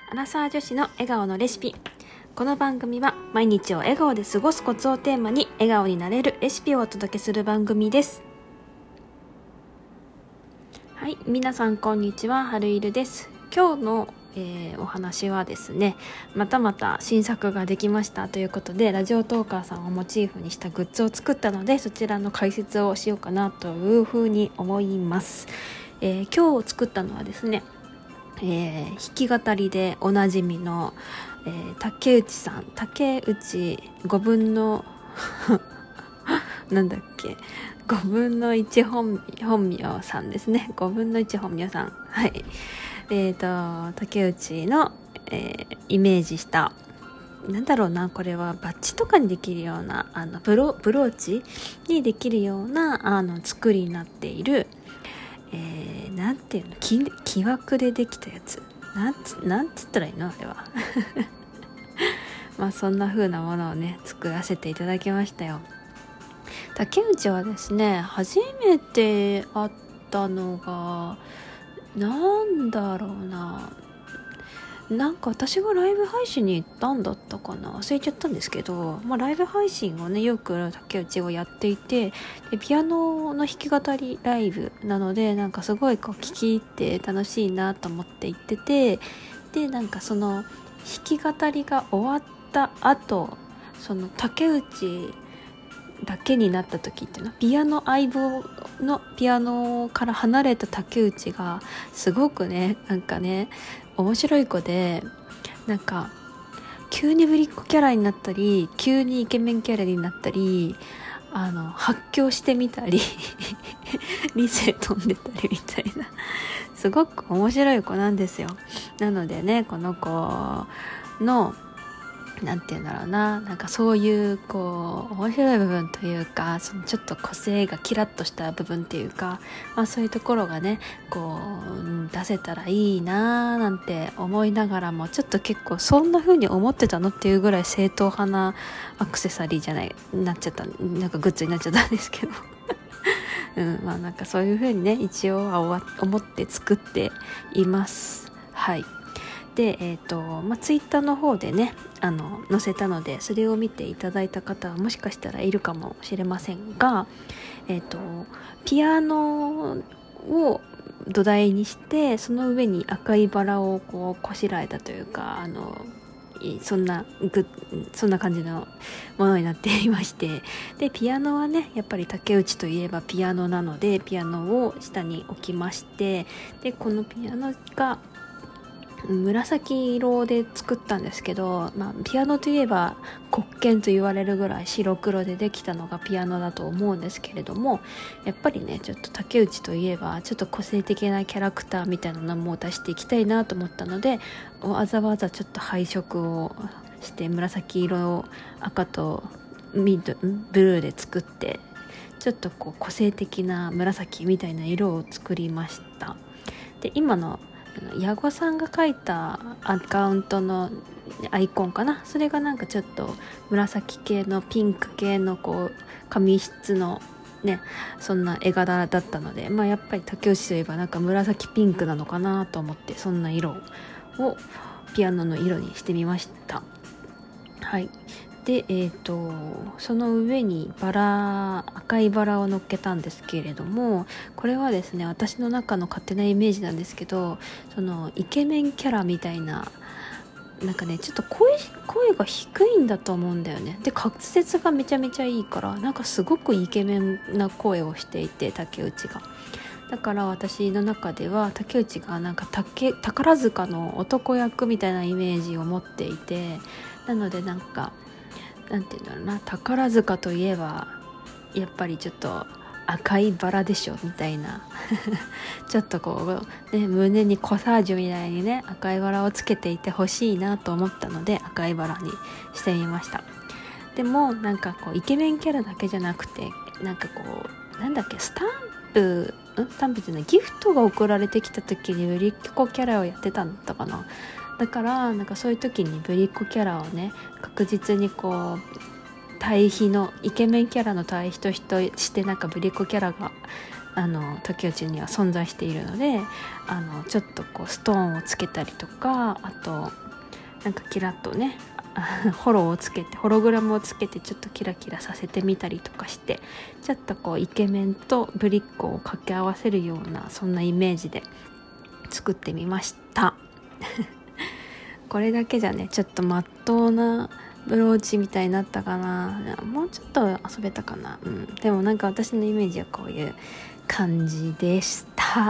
アラサー女子の笑顔のレシピ。この番組は毎日を笑顔で過ごすコツをテーマに笑顔になれるレシピをお届けする番組です。はい、皆さんこんにちは、はるいるです。今日の、お話はですね、また新作ができましたということで、ラジオトーカーさんをモチーフにしたグッズを作ったので、そちらの解説をしようかなというふうに思います。今日作ったのはですね、弾き語りでおなじみの、竹内さん、竹内5分のなんだっけ、5分の1本名さんですね。5分の1本名さん、はい。竹内の、イメージしたなんだろうな、これはバッジとかにできるようなブローチにできるような作りになっている、なんていうの、木枠でできたやつ、なんつったらいいのあれはまあそんな風なものをね作らせていただきましたよ。竹内はですね、初めて会ったのがなんだろうな、なんか私がライブ配信に行ったんだったかな、忘れちゃったんですけど、ライブ配信をねよく竹内がやっていて、でピアノの弾き語りライブなので、なんかすごいこう聴き入って楽しいなと思って行ってて、でなんかその弾き語りが終わった後、その竹内だけになった時っていうの、ピアノ相棒のピアノから離れた竹内がすごくね、なんかね面白い子で、なんか急にぶりっ子キャラになったり、急にイケメンキャラになったり、発狂してみたり理性飛んでたりみたいな、すごく面白い子なんですよ。なのでね、この子のなんていうんだろうな、なんかそういうこう面白い部分というか、そのちょっと個性がキラッとした部分っていうか、そういうところがねこう出せたらいいななんて思いながらも、ちょっと結構そんな風に思ってたのっていうぐらい正統派なアクセサリーなっちゃった、なんかグッズになっちゃったんですけどなんかそういう風にね一応は思って作っています。はい。で、ツイッターの方でね載せたので、それを見ていただいた方はもしかしたらいるかもしれませんが、ピアノを土台にして、その上に赤いバラをこうこしらえたというか、そんな感じのものになっていまして、でピアノはねやっぱり竹内といえばピアノなので、ピアノを下に置きまして、でこのピアノが紫色で作ったんですけど、ピアノといえば黒鍵と言われるぐらい白黒でできたのがピアノだと思うんですけれども、やっぱりねちょっと竹内といえばちょっと個性的なキャラクターみたいなのも出していきたいなと思ったので、わざわざちょっと配色をして紫色を赤とブルーで作って、ちょっとこう個性的な紫みたいな色を作りました。で今の矢後さんが書いたアカウントのアイコンかな、それがなんかちょっと紫系のピンク系のこう紙質のね、そんな絵柄だったので、やっぱり竹内といえばなんか紫ピンクなのかなと思って、そんな色をピアノの色にしてみました。はい。で、その上に赤いバラを乗っけたんですけれども、これはですね、私の中の勝手なイメージなんですけど、そのイケメンキャラみたいな、なんかねちょっと声が低いんだと思うんだよね。で滑舌がめちゃめちゃいいから、なんかすごくイケメンな声をしていて、竹内が。だから私の中では竹内がなんか宝塚の男役みたいなイメージを持っていて、なのでなんかなんていうんだろうな、宝塚といえばやっぱりちょっと赤いバラでしょみたいなちょっとこうね、胸にコサージュみたいにね赤いバラをつけていてほしいなと思ったので、赤いバラにしてみました。でもなんかこうイケメンキャラだけじゃなくて、なんかこうなんだっけ、スタンプじゃない、ギフトが送られてきた時にぶりっ子キャラをやってたんだったかな。だからなんかそういう時にぶりっ子キャラをね確実にこう対比のイケメンキャラの対比としてなんかぶりっ子キャラが竹内には存在しているので、ちょっとこうストーンをつけたりとか、あとなんかキラッとねホログラムをつけてちょっとキラキラさせてみたりとかして、ちょっとこうイケメンとぶりっ子を掛け合わせるような、そんなイメージで作ってみましたこれだけじゃねちょっとまっとうなブローチみたいになったかな。もうちょっと遊べたかな。でもなんか私のイメージはこういう感じでした。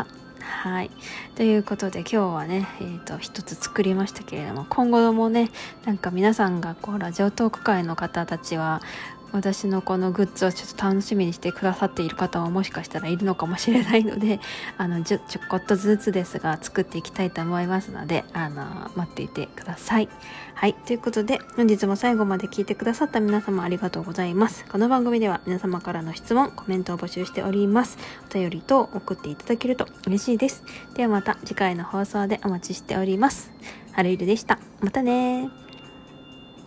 はい、ということで今日はね、一つ作りましたけれども、今後もね、なんか皆さんがこうラジオトーク界の方たちは私のこのグッズをちょっと楽しみにしてくださっている方ももしかしたらいるのかもしれないので、ちょこっとずつですが作っていきたいと思いますので、待っていてください。はい、ということで本日も最後まで聞いてくださった皆様ありがとうございます。この番組では皆様からの質問、コメントを募集しております。お便り等送っていただけると嬉しいです。ではまた次回の放送でお待ちしております。はるいるでした。またね。